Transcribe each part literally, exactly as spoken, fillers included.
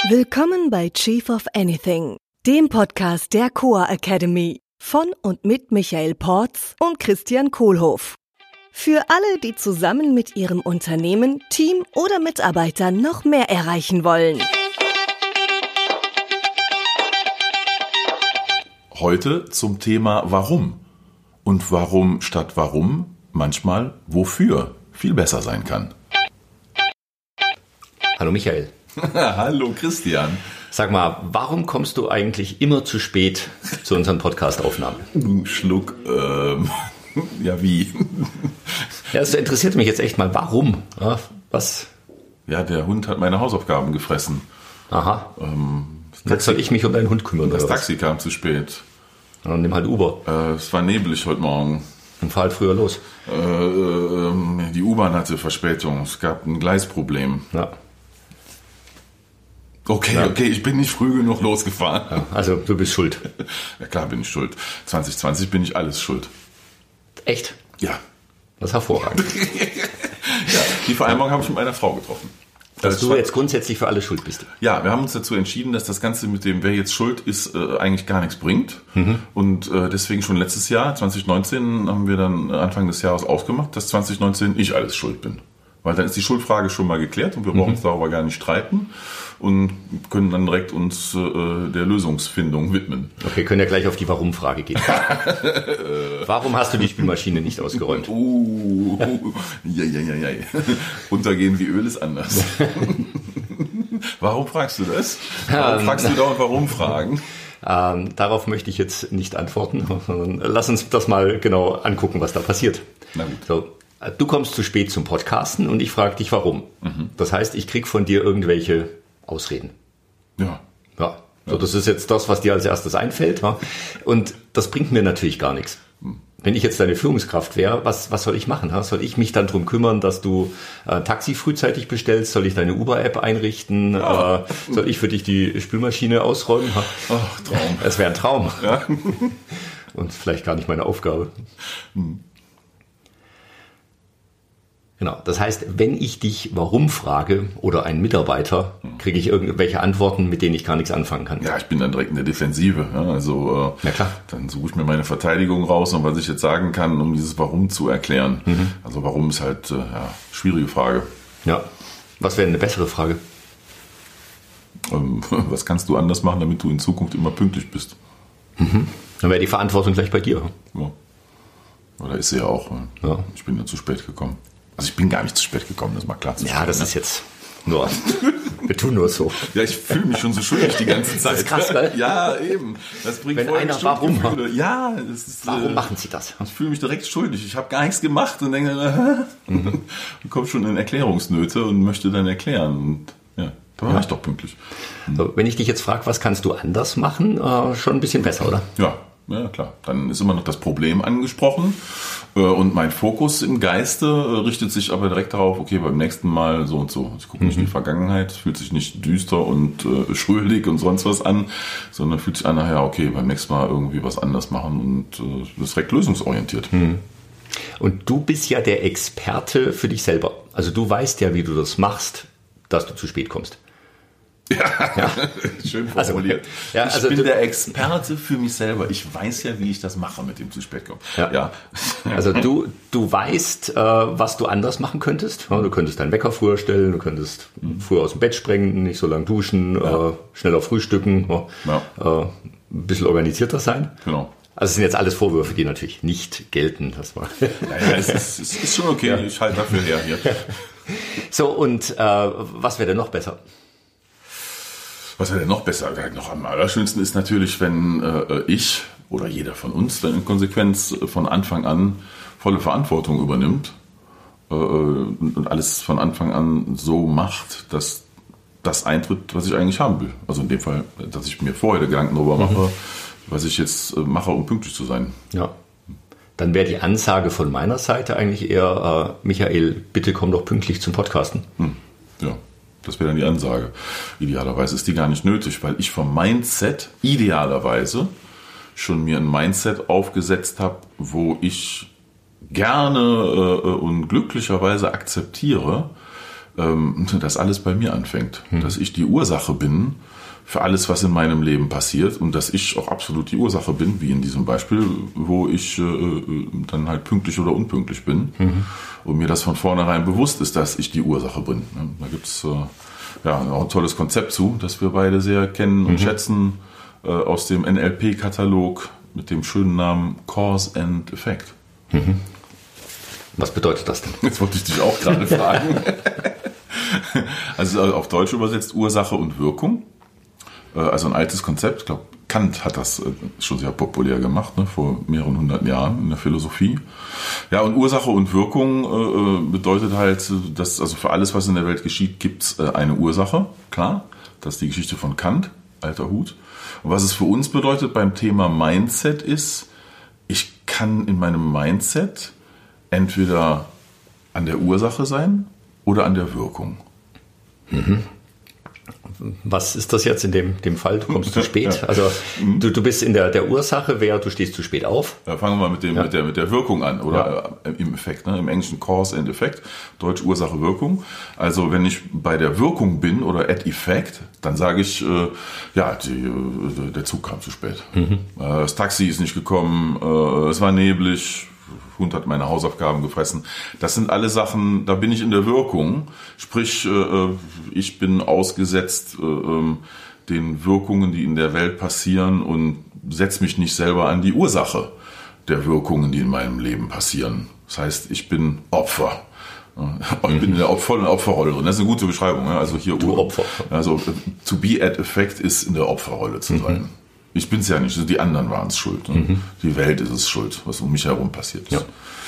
Willkommen bei Chief of Anything, dem Podcast der Coa Academy von und mit Michael Porz und Christian Kohlhoff. Für alle, die zusammen mit ihrem Unternehmen, Team oder Mitarbeitern noch mehr erreichen wollen. Heute zum Thema Warum und warum statt warum manchmal wofür viel besser sein kann. Hallo Michael. Hallo Christian. Sag mal, warum kommst du eigentlich immer zu spät zu unseren Podcast-Aufnahmen? Schluck, ähm, ja wie? Ja, es interessiert mich jetzt echt mal, warum? Ja, was? Ja, der Hund hat meine Hausaufgaben gefressen. Aha. Ähm, Jetzt soll ich mich um deinen Hund kümmern, Das oder was? Taxi kam zu spät. Dann nimm halt Uber Äh, es war neblig heute Morgen. und fahr halt früher los. Äh, ähm, die U-Bahn hatte Verspätung. Es gab ein Gleisproblem. Ja. Okay, Ja. okay, ich bin nicht früh genug losgefahren. Ja, also du bist schuld. Ja klar bin ich schuld. zwanzig zwanzig bin ich alles schuld. Echt? Ja. Das ist hervorragend. Ja, die Vereinbarung habe ich mit meiner Frau getroffen. Dass Das du war- jetzt grundsätzlich für alles schuld bist. Ja, wir haben uns dazu entschieden, dass das Ganze mit dem, wer jetzt schuld ist, äh, eigentlich gar nichts bringt. Und äh, deswegen schon letztes Jahr, zwanzig neunzehn, haben wir dann Anfang des Jahres ausgemacht, dass zwanzig neunzehn ich alles schuld bin. Weil dann ist die Schuldfrage schon mal geklärt und wir brauchen uns darüber gar nicht streiten und können dann direkt uns äh, der Lösungsfindung widmen. Okay, können ja gleich auf die Warum-Frage gehen. Warum hast du die Spülmaschine nicht ausgeräumt? Uh, ja, ja, ja, ja. Runtergehen wie Öl ist anders. Warum fragst du das? Warum Ähm, fragst du dauernd warum fragen? Ähm, darauf möchte ich jetzt nicht antworten, sondern lass uns das mal genau angucken, was da passiert. Na gut. So, äh, du kommst zu spät zum Podcasten und ich frage dich, warum. Das heißt, ich krieg von dir irgendwelche Ausreden. Ja. Ja, so, das ist jetzt das, was dir als erstes einfällt. Ja? Und das bringt mir natürlich gar nichts. Wenn ich jetzt deine Führungskraft wäre, was, was soll ich machen? Ja? Soll ich mich dann drum kümmern, dass du äh, Taxi frühzeitig bestellst? Soll ich deine Uber-App einrichten? Äh, soll ich für dich die Spülmaschine ausräumen? Ja? Ach, Traum. Es wäre ein Traum. Ja. Und vielleicht gar nicht meine Aufgabe. Genau. Das heißt, wenn ich dich warum frage oder einen Mitarbeiter, kriege ich irgendwelche Antworten, mit denen ich gar nichts anfangen kann. Ja, ich bin dann direkt in der Defensive. Ja, also äh, Ja, klar. dann suche ich mir meine Verteidigung raus und was ich jetzt sagen kann, um dieses Warum zu erklären. Also warum ist halt äh, ja, schwierige Frage. Ja. Was wäre eine bessere Frage? Ähm, was kannst du anders machen, damit du in Zukunft immer pünktlich bist? Dann wäre die Verantwortung gleich bei dir. Ja. Oder ist sie ja auch. ne? Ja. Ich bin ja zu spät gekommen. Also ich bin gar nicht zu spät gekommen, das ist mal klar zu Ja, das ne? ist jetzt nur, wir tun nur so. Ja, ich fühle mich schon so schuldig die ganze Zeit. Das ist krass, gell? Ja, eben. Das bringt Wenn voll einer Schuldgefühle. warum? Ja, das ist, Warum äh, machen sie das? Ich fühle mich direkt schuldig. Ich habe gar nichts gemacht und denke, äh, und komme schon in Erklärungsnöte und möchte dann erklären. Und ja, da war ich doch pünktlich. So, wenn ich dich jetzt frage, was kannst du anders machen, äh, schon ein bisschen besser, oder? Ja, ja, klar. Dann ist immer noch das Problem angesprochen. Äh, Und mein Fokus im Geiste äh, richtet sich aber direkt darauf, okay, beim nächsten Mal so und so. Ich gucke nicht in die Vergangenheit, es fühlt sich nicht düster und äh, schrullig und sonst was an, sondern fühlt sich an, naja, okay, beim nächsten Mal irgendwie was anders machen und äh, das ist direkt lösungsorientiert. Und du bist ja der Experte für dich selber. Also du weißt ja, wie du das machst, dass du zu spät kommst. Schön Also, formuliert. ja, ich also bin du- der Experte für mich selber. Ich weiß ja, wie ich das mache mit dem zu spät kommen. Ja. Ja. Also du, du weißt, äh, was du anders machen könntest. Ja, du könntest deinen Wecker früher stellen, du könntest früher aus dem Bett springen, nicht so lange duschen, äh, schneller frühstücken, ja. äh, ein bisschen organisierter sein. Genau. Also es sind jetzt alles Vorwürfe, die natürlich nicht gelten. Das war Ja, ja, es, ist, es ist schon okay, ich halte dafür her hier. so, und äh, was wäre denn noch besser? Was wäre denn noch besser? Noch am allerschönsten ist natürlich, wenn äh, ich oder jeder von uns dann in Konsequenz von Anfang an volle Verantwortung übernimmt äh, und alles von Anfang an so macht, dass das eintritt, was ich eigentlich haben will. Also in dem Fall, dass ich mir vorher Gedanken darüber mache, was ich jetzt äh, mache, um pünktlich zu sein. Ja. Dann wäre die Ansage von meiner Seite eigentlich eher, äh, Michael, bitte komm doch pünktlich zum Podcasten. Hm. Ja. Das wäre dann die Ansage. Idealerweise ist die gar nicht nötig, weil ich vom Mindset idealerweise schon mir ein Mindset aufgesetzt habe, wo ich gerne äh, und glücklicherweise akzeptiere, ähm, dass alles bei mir anfängt. Mhm. Dass ich die Ursache bin für alles, was in meinem Leben passiert und dass ich auch absolut die Ursache bin, wie in diesem Beispiel, wo ich äh, dann halt pünktlich oder unpünktlich bin mhm. und mir das von vornherein bewusst ist, dass ich die Ursache bin. Da gibt es äh, ja, auch ein tolles Konzept zu, das wir beide sehr kennen und mhm. schätzen, äh, aus dem N L P-Katalog mit dem schönen Namen Cause and Effect. Mhm. Was bedeutet das denn? Jetzt wollte ich dich auch gerade fragen. Also auf Deutsch übersetzt Ursache und Wirkung. Also ein altes Konzept, ich glaube, Kant hat das schon sehr populär gemacht, ne, vor mehreren hundert Jahren in der Philosophie. Ja, und Ursache und Wirkung äh, bedeutet halt, dass also für alles, was in der Welt geschieht, gibt es äh, eine Ursache, klar. Das ist die Geschichte von Kant, alter Hut. Und was es für uns bedeutet beim Thema Mindset ist, ich kann in meinem Mindset entweder an der Ursache sein oder an der Wirkung. Mhm. Was ist das jetzt in dem, dem Fall? Du kommst zu spät. Ja. Also du, du bist in der, der Ursache, wer du stehst zu spät auf. Ja, fangen wir mal mit, dem, ja. mit, der, mit der Wirkung an oder ja. im Effekt. Ne? Im Englischen Cause and Effect, Deutsch Ursache, Wirkung. Also wenn ich bei der Wirkung bin oder at Effect, dann sage ich, äh, ja, die, äh, der Zug kam zu spät. Mhm. Äh, das Taxi ist nicht gekommen, äh, es war neblig, Hund hat meine Hausaufgaben gefressen. Das sind alle Sachen, da bin ich in der Wirkung. Sprich, ich bin ausgesetzt den Wirkungen, die in der Welt passieren und setze mich nicht selber an die Ursache der Wirkungen, die in meinem Leben passieren. Das heißt, ich bin Opfer. Ich bin in der vollen Opferrolle drin. Das ist eine gute Beschreibung. Also hier du Opfer. Also to be at effect ist in der Opferrolle zu sein. Mhm. Ich bin es ja nicht, die anderen waren es schuld. Ne? Mhm. Die Welt ist es schuld, was um mich herum passiert ist. Ja.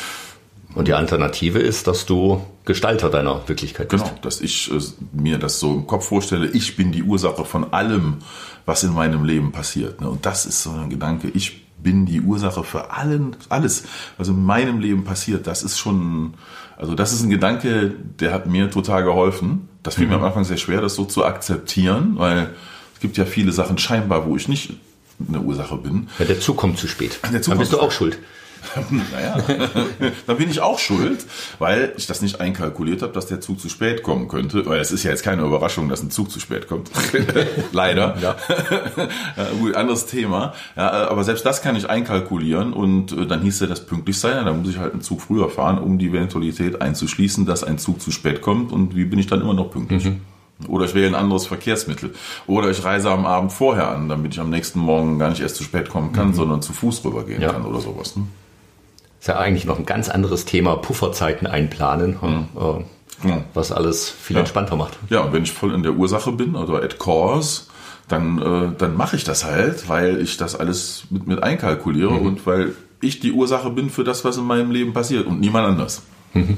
Und die Alternative ist, dass du Gestalter deiner Wirklichkeit bist. Genau, dass ich äh, mir das so im Kopf vorstelle, ich bin die Ursache von allem, was in meinem Leben passiert. Ne? Und das ist so ein Gedanke, ich bin die Ursache für allen, alles, was in meinem Leben passiert. Das ist schon, also das ist ein Gedanke, der hat mir total geholfen. Das fiel mhm. mir am Anfang sehr schwer, das so zu akzeptieren, weil es gibt ja viele Sachen scheinbar, wo ich nicht eine Ursache bin. Ja, der Zug kommt zu spät. Dann bist du auch schuld. Naja, dann bin ich auch schuld, weil ich das nicht einkalkuliert habe, dass der Zug zu spät kommen könnte. Weil es ist ja jetzt keine Überraschung, dass ein Zug zu spät kommt. Leider. Ja. Ja, gut, anderes Thema. Ja, aber selbst das kann ich einkalkulieren und dann hieß ja das pünktlich sein. Dann muss ich halt einen Zug früher fahren, um die Eventualität einzuschließen, dass ein Zug zu spät kommt. Und wie bin ich dann immer noch pünktlich? Mhm. Oder ich wähle ein anderes Verkehrsmittel. Oder ich reise am Abend vorher an, damit ich am nächsten Morgen gar nicht erst zu spät kommen kann, mhm. sondern zu Fuß rübergehen ja. kann oder sowas. Ne? Ist ja eigentlich noch ein ganz anderes Thema, Pufferzeiten einplanen, mhm. äh, ja. was alles viel ja. entspannter macht. Ja, und wenn ich voll in der Ursache bin oder at cause, dann, äh, dann mache ich das halt, weil ich das alles mit, mit einkalkuliere mhm. und weil ich die Ursache bin für das, was in meinem Leben passiert und niemand anders. Mhm.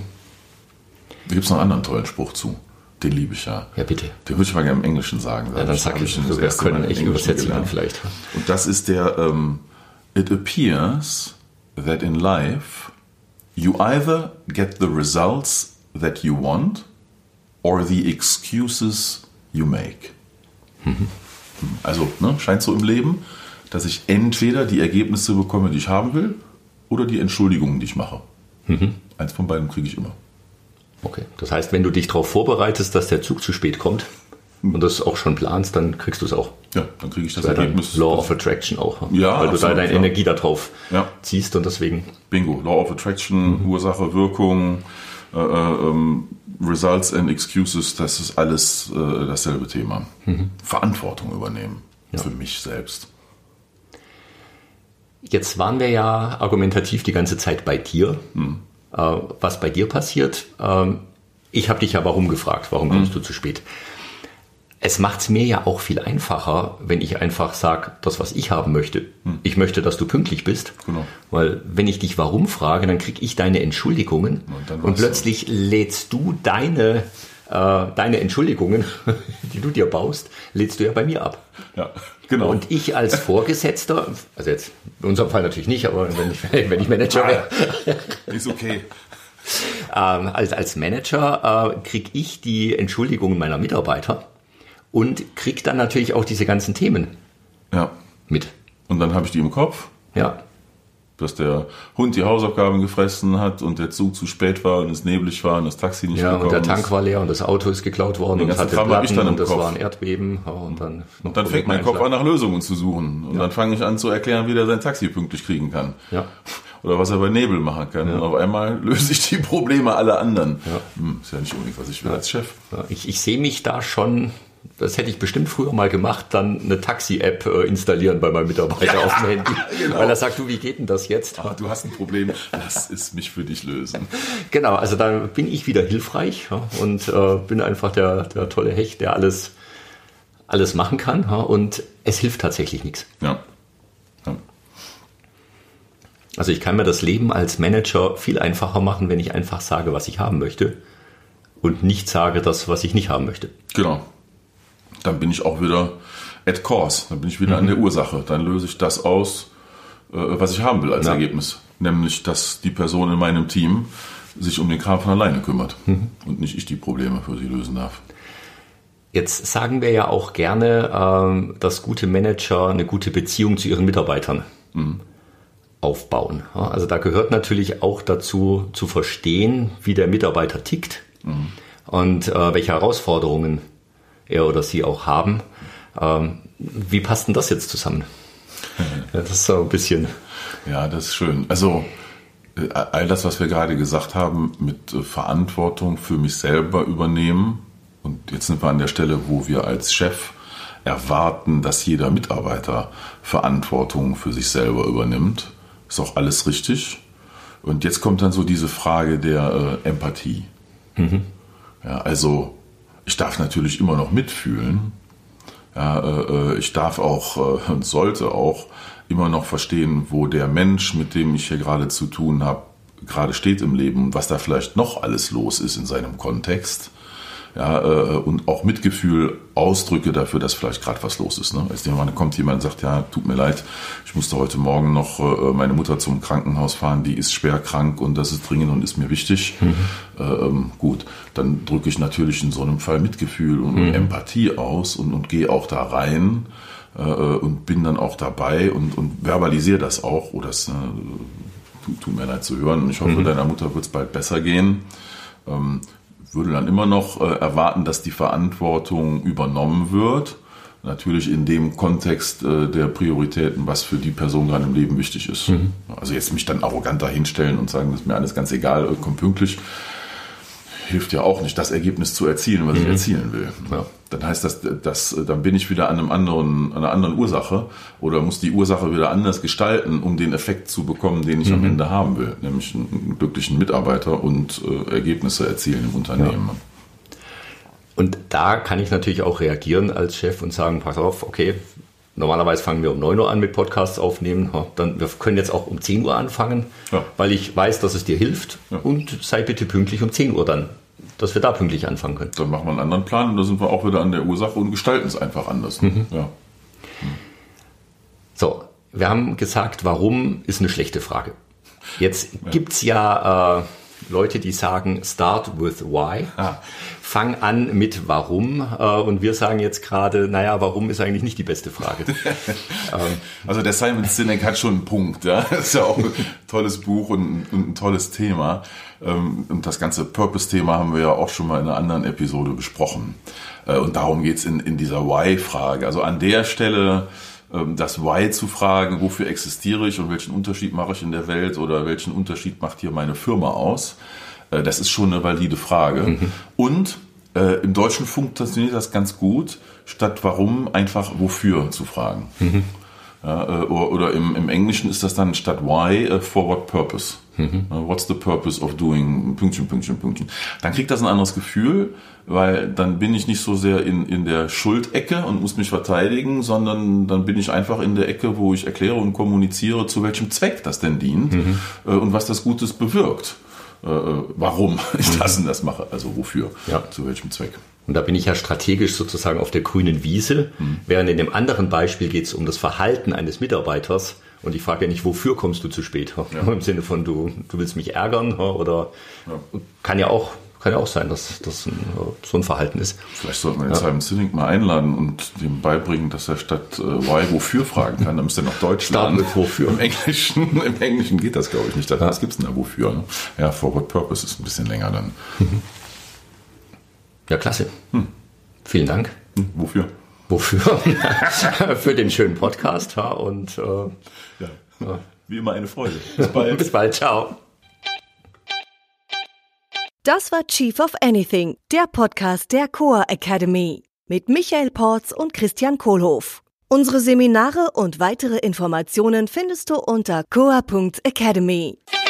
Da gibt es noch einen anderen tollen Spruch zu. Den liebe ich ja. Ja, bitte. Den würde ich mal gerne im Englischen sagen. Ja, dann sag ich, wir können echt übersetzen dann vielleicht. Und das ist der, um, it appears that in life you either get the results that you want or the excuses you make. Mhm. Also, ne, scheint so im Leben, dass ich entweder die Ergebnisse bekomme, die ich haben will, oder die Entschuldigungen, die ich mache. Mhm. Eins von beiden kriege ich immer. Okay, das heißt, wenn du dich darauf vorbereitest, dass der Zug zu spät kommt und das auch schon planst, dann kriegst du es auch. Ja, dann kriege ich das, das Ergebnis. Law of Attraction auch. Ja, weil du da deine ja. Energie darauf ja. ziehst und deswegen. Bingo, Law of Attraction, mhm. Ursache, Wirkung, äh, ähm, Results and Excuses, das ist alles äh, dasselbe Thema. Mhm. Verantwortung übernehmen ja. für mich selbst. Jetzt waren wir ja argumentativ die ganze Zeit bei dir. Mhm. Was bei dir passiert. Ich habe dich ja warum gefragt, warum kommst mhm. du zu spät? Es macht es mir ja auch viel einfacher, wenn ich einfach sage, das, was ich haben möchte. Mhm. Ich möchte, dass du pünktlich bist. Genau. Weil wenn ich dich warum frage, dann kriege ich deine Entschuldigungen und, und plötzlich du. lädst du deine, äh, deine Entschuldigungen, die du dir baust, lädst du ja bei mir ab. Ja. Genau. Und ich als Vorgesetzter, also jetzt in unserem Fall natürlich nicht, aber wenn ich, wenn ich Manager wäre. Ist okay. ähm, als, als Manager äh, kriege ich die Entschuldigungen meiner Mitarbeiter und kriege dann natürlich auch diese ganzen Themen ja. mit. Und dann habe ich die im Kopf. Ja. Dass der Hund die Hausaufgaben gefressen hat und der Zug zu spät war und es neblig war und das Taxi nicht ja, gekommen ist. Ja, und der Tank war leer und das Auto ist geklaut worden und hatte Platten und das Kopf. war ein Erdbeben. Und dann, und dann fängt mein Kopf an, nach Lösungen zu suchen. Und ja. dann fange ich an zu erklären, wie der sein Taxi pünktlich kriegen kann. Ja. Oder was er bei Nebel machen kann. Ja. Und auf einmal löse ich die Probleme aller anderen. Ja. Hm, ist ja nicht unbedingt, was ich will ja. als Chef. Ja, ich, ich sehe mich da schon... Das hätte ich bestimmt früher mal gemacht, dann eine Taxi-App äh, installieren bei meinem Mitarbeiter ja, auf dem Handy. Genau. Weil er sagt, du, wie geht denn das jetzt? Ach, du hast ein Problem, lass es mich für dich lösen. Genau, also da bin ich wieder hilfreich ja, und äh, bin einfach der, der tolle Hecht, der alles, alles machen kann. Ja, und es hilft tatsächlich nichts. Ja. ja. Also ich kann mir das Leben als Manager viel einfacher machen, wenn ich einfach sage, was ich haben möchte und nicht sage, das, was ich nicht haben möchte. Genau. Dann bin ich auch wieder at cause, dann bin ich wieder mhm. an der Ursache. Dann löse ich das aus, was ich haben will als ja. Ergebnis. Nämlich, dass die Person in meinem Team sich um den Kram von alleine kümmert mhm. und nicht ich die Probleme für sie lösen darf. Jetzt sagen wir ja auch gerne, dass gute Manager eine gute Beziehung zu ihren Mitarbeitern mhm. aufbauen. Also da gehört natürlich auch dazu, zu verstehen, wie der Mitarbeiter tickt mhm. und welche Herausforderungen er oder sie auch haben. Ähm, wie passt denn das jetzt zusammen? Ja, das ist so ein bisschen... Ja, das ist schön. Also all das, was wir gerade gesagt haben, mit Verantwortung für mich selber übernehmen. Und jetzt sind wir an der Stelle, wo wir als Chef erwarten, dass jeder Mitarbeiter Verantwortung für sich selber übernimmt. Ist auch alles richtig. Und jetzt kommt dann so diese Frage der äh, Empathie. Mhm. Ja, also ich darf natürlich immer noch mitfühlen. Ja, äh, ich darf auch äh, und sollte auch immer noch verstehen, wo der Mensch, mit dem ich hier gerade zu tun habe, gerade steht im Leben und was da vielleicht noch alles los ist in seinem Kontext. Ja, äh, und auch Mitgefühl Ausdrücke dafür, dass vielleicht gerade was los ist. Ne? Als jemand kommt jemand und sagt, ja, tut mir leid, ich musste heute Morgen noch äh, meine Mutter zum Krankenhaus fahren, die ist schwer krank und das ist dringend und ist mir wichtig. Mhm. Ähm, gut, dann drücke ich natürlich in so einem Fall Mitgefühl und mhm. Empathie aus und, und gehe auch da rein äh, und bin dann auch dabei und, und verbalisiere das auch. Oh, das äh, tut, tut mir leid zu hören und ich hoffe, mhm. deiner Mutter wird es bald besser gehen. Ähm, würde dann immer noch äh, erwarten, dass die Verantwortung übernommen wird. Natürlich in dem Kontext äh, der Prioritäten, was für die Person gerade im Leben wichtig ist. Mhm. Also jetzt mich dann arrogant dahinstellen und sagen, das ist mir alles ganz egal, komm pünktlich, hilft ja auch nicht, das Ergebnis zu erzielen, was mhm. ich erzielen will. Ja. Dann heißt das, dass, dann bin ich wieder an einem anderen, an einer anderen Ursache oder muss die Ursache wieder anders gestalten, um den Effekt zu bekommen, den ich mhm. am Ende haben will, nämlich einen glücklichen Mitarbeiter und äh, Ergebnisse erzielen im Unternehmen. Ja. Und da kann ich natürlich auch reagieren als Chef und sagen, pass auf, okay, normalerweise fangen wir um neun Uhr an mit Podcasts aufnehmen, dann, wir können jetzt auch um zehn Uhr anfangen, ja. weil ich weiß, dass es dir hilft ja. und sei bitte pünktlich um zehn Uhr dann, dass wir da pünktlich anfangen können. Dann machen wir einen anderen Plan und da sind wir auch wieder an der Ursache und gestalten es einfach anders. Mhm. Ja. Mhm. So, wir haben gesagt, warum ist eine schlechte Frage. Jetzt ja. gibt es ja äh, Leute, die sagen, start with why. Ah. Fang an mit warum. Äh, und wir sagen jetzt gerade, naja, warum ist eigentlich nicht die beste Frage. Also der Simon Sinek hat schon einen Punkt. Ja? Das ist ja auch ein tolles Buch und, und ein tolles Thema. Und das ganze Purpose-Thema haben wir ja auch schon mal in einer anderen Episode besprochen. Und darum geht es in, in dieser Why-Frage. Also an der Stelle das Why zu fragen, wofür existiere ich und welchen Unterschied mache ich in der Welt oder welchen Unterschied macht hier meine Firma aus, das ist schon eine valide Frage. Mhm. Und äh, im Deutschen funktioniert das ganz gut, statt warum einfach wofür zu fragen. Mhm. Ja, äh, oder oder im, im Englischen ist das dann statt why, uh, for what purpose. Mhm. Uh, what's the purpose of doing Pünktchen, Pünktchen, Pünktchen. Dann kriegt das ein anderes Gefühl, weil dann bin ich nicht so sehr in, in der Schuldecke und muss mich verteidigen, sondern dann bin ich einfach in der Ecke, wo ich erkläre und kommuniziere, zu welchem Zweck das denn dient mhm. äh, und was das Gutes bewirkt. Äh, warum ich das und das mache, also wofür, ja. zu welchem Zweck. Und da bin ich ja strategisch sozusagen auf der grünen Wiese, mhm. während in dem anderen Beispiel geht es um das Verhalten eines Mitarbeiters und ich frage ja nicht, wofür kommst du zu spät? Ja. Im Sinne von, du, du willst mich ärgern oder ja. kann ja auch Kann ja auch sein, dass das ein, so ein Verhalten ist. Vielleicht sollten wir jetzt Simon Sinek mal einladen und ihm beibringen, dass er statt äh, Why, wofür fragen kann. Dann müsste er noch Deutsch lernen. Mit wofür. Im Englischen, im Englischen geht das, glaube ich, nicht. Was gibt es denn da wofür? Ne? Ja, for what purpose ist ein bisschen länger dann. Ja, klasse. Hm. Vielen Dank. Hm, wofür? Wofür? Für den schönen Podcast. Ja, und äh, ja. Ja. Wie immer eine Freude. Bis bald. Bis bald. Ciao. Das war Chief of Anything, der Podcast der Coa Academy mit Michael Porz und Christian Kohlhoff. Unsere Seminare und weitere Informationen findest du unter coa punkt academy.